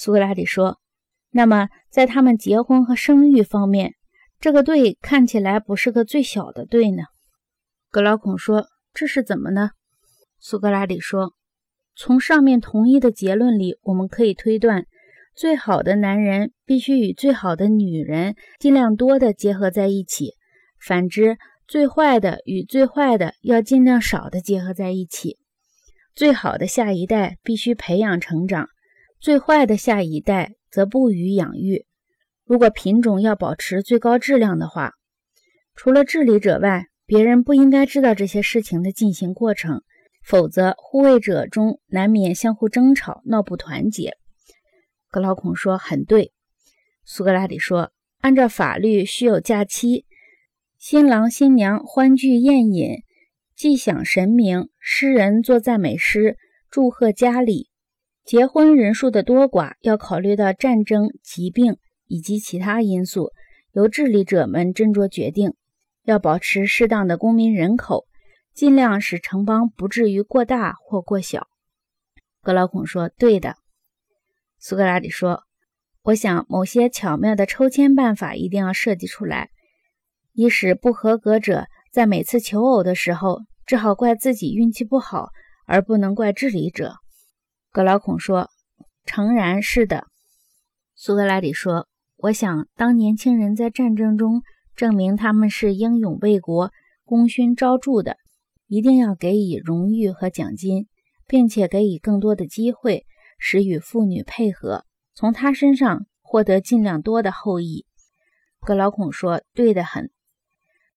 苏格拉底说，那么在他们结婚和生育方面，这个队看起来不是个最小的队呢？格劳孔说，这是怎么呢？苏格拉底说，从上面同一的结论里，我们可以推断，最好的男人必须与最好的女人尽量多的结合在一起，反之，最坏的与最坏的要尽量少的结合在一起。最好的下一代必须培养成长，最坏的下一代则不予养育。如果品种要保持最高质量的话，除了治理者外，别人不应该知道这些事情的进行过程，否则护卫者中难免相互争吵，闹不团结。格劳孔说，很对。苏格拉底说，按照法律须有假期，新郎新娘欢聚宴饮，祭享神明，诗人作赞美诗，祝贺佳礼。结婚人数的多寡要考虑到战争、疾病以及其他因素，由治理者们斟酌决定。要保持适当的公民人口，尽量使城邦不至于过大或过小。格劳孔说，对的。苏格拉底说，我想某些巧妙的抽签办法一定要设计出来，以使不合格者在每次求偶的时候只好怪自己运气不好，而不能怪治理者。格劳孔说，诚然是的。苏格拉底说，我想当年轻人在战争中证明他们是英勇为国、功勋昭著的，一定要给予荣誉和奖金，并且给予更多的机会，使与妇女配合，从他身上获得尽量多的后裔。格劳孔说，对得很。